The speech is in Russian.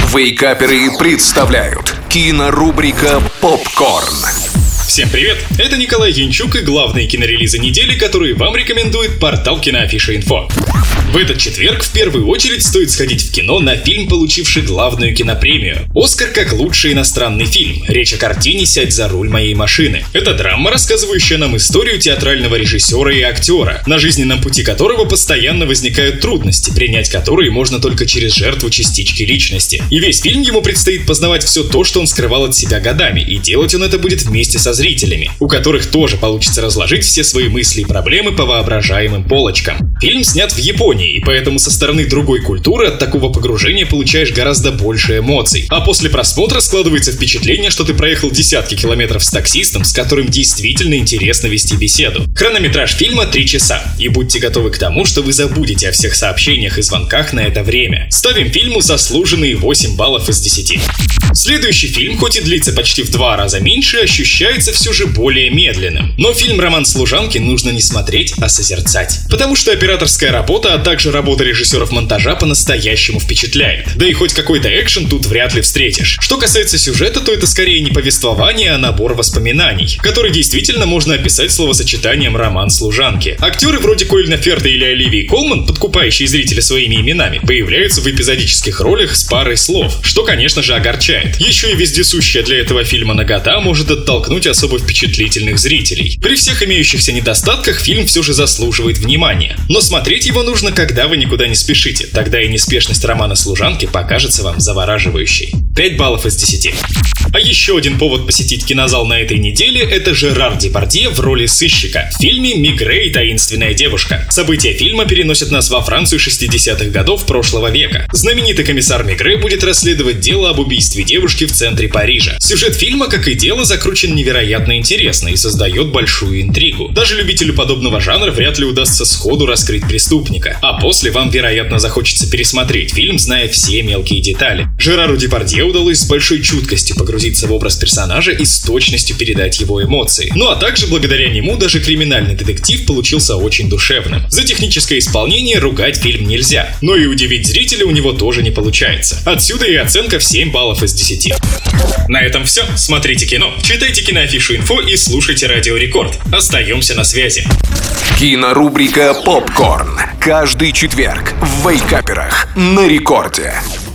Вейкаперы представляют кинорубрика «Попкорн». Всем привет! Это Николай Янчук и главные кинорелизы недели, которые вам рекомендует портал Киноафиша.инфо. В этот четверг в первую очередь стоит сходить в кино на фильм, получивший главную кинопремию «Оскар как лучший иностранный фильм». Речь о картине «Сядь за руль моей машины». Это драма, рассказывающая нам историю театрального режиссера и актера, на жизненном пути которого постоянно возникают трудности, принять которые можно только через жертву частички личности. И весь фильм ему предстоит познавать все то, что он скрывал от себя годами, и делать он это будет вместе со зрителями, у которых тоже получится разложить все свои мысли и проблемы по воображаемым полочкам. Фильм снят в Японии, и поэтому со стороны другой культуры от такого погружения получаешь гораздо больше эмоций. А после просмотра складывается впечатление, что ты проехал десятки километров с таксистом, с которым действительно интересно вести беседу. Хронометраж фильма 3 часа, и будьте готовы к тому, что вы забудете о всех сообщениях и звонках на это время. Ставим фильму заслуженные 8 баллов из 10. Следующий фильм, хоть и длится почти в 2 раза меньше, ощущается все же более медленным. Но фильм «Роман служанки» нужно не смотреть, а созерцать. Потому что операторская работа, а также работа режиссеров монтажа по-настоящему впечатляет. Да и хоть какой-то экшен тут вряд ли встретишь. Что касается сюжета, то это скорее не повествование, а набор воспоминаний, который действительно можно описать словосочетанием «роман служанки». Актеры вроде Колина Ферта или Оливии Колман, подкупающие зрителя своими именами, появляются в эпизодических ролях с парой слов, что, конечно же, огорчает. Еще и вездесущая для этого фильма нагота может оттолкнуть особо впечатлительных зрителей. При всех имеющихся недостатках фильм все же заслуживает внимания. Но смотреть его нужно, когда вы никуда не спешите. Тогда и неспешность романа служанки покажется вам завораживающей. 5 баллов из 10. А еще один повод посетить кинозал на этой неделе – это Жерар Депардье в роли сыщика в фильме «Мигре и таинственная девушка». События фильма переносят нас во Францию 60-х годов прошлого века. Знаменитый комиссар Мигре будет расследовать дело об убийстве девушки в центре Парижа. Сюжет фильма, как и дело, закручен невероятно интересно и создает большую интригу. Даже любителю подобного жанра вряд ли удастся сходу раскрыть преступника. А после вам, вероятно, захочется пересмотреть фильм, зная все мелкие детали. Жерару Депардье удалось с большой чуткостью погрузиться в образ персонажа и с точностью передать его эмоции. Ну а также благодаря нему даже криминальный детектив получился очень душевным. За техническое исполнение ругать фильм нельзя, но и удивить зрителя у него тоже не получается. Отсюда и оценка в 7 баллов из 10. На этом все. Смотрите кино, читайте Киноафишу.инфо и слушайте Радио Рекорд. Остаемся на связи. Кинорубрика «Попкорн». Каждый четверг в Вейкаперах на Рекорде.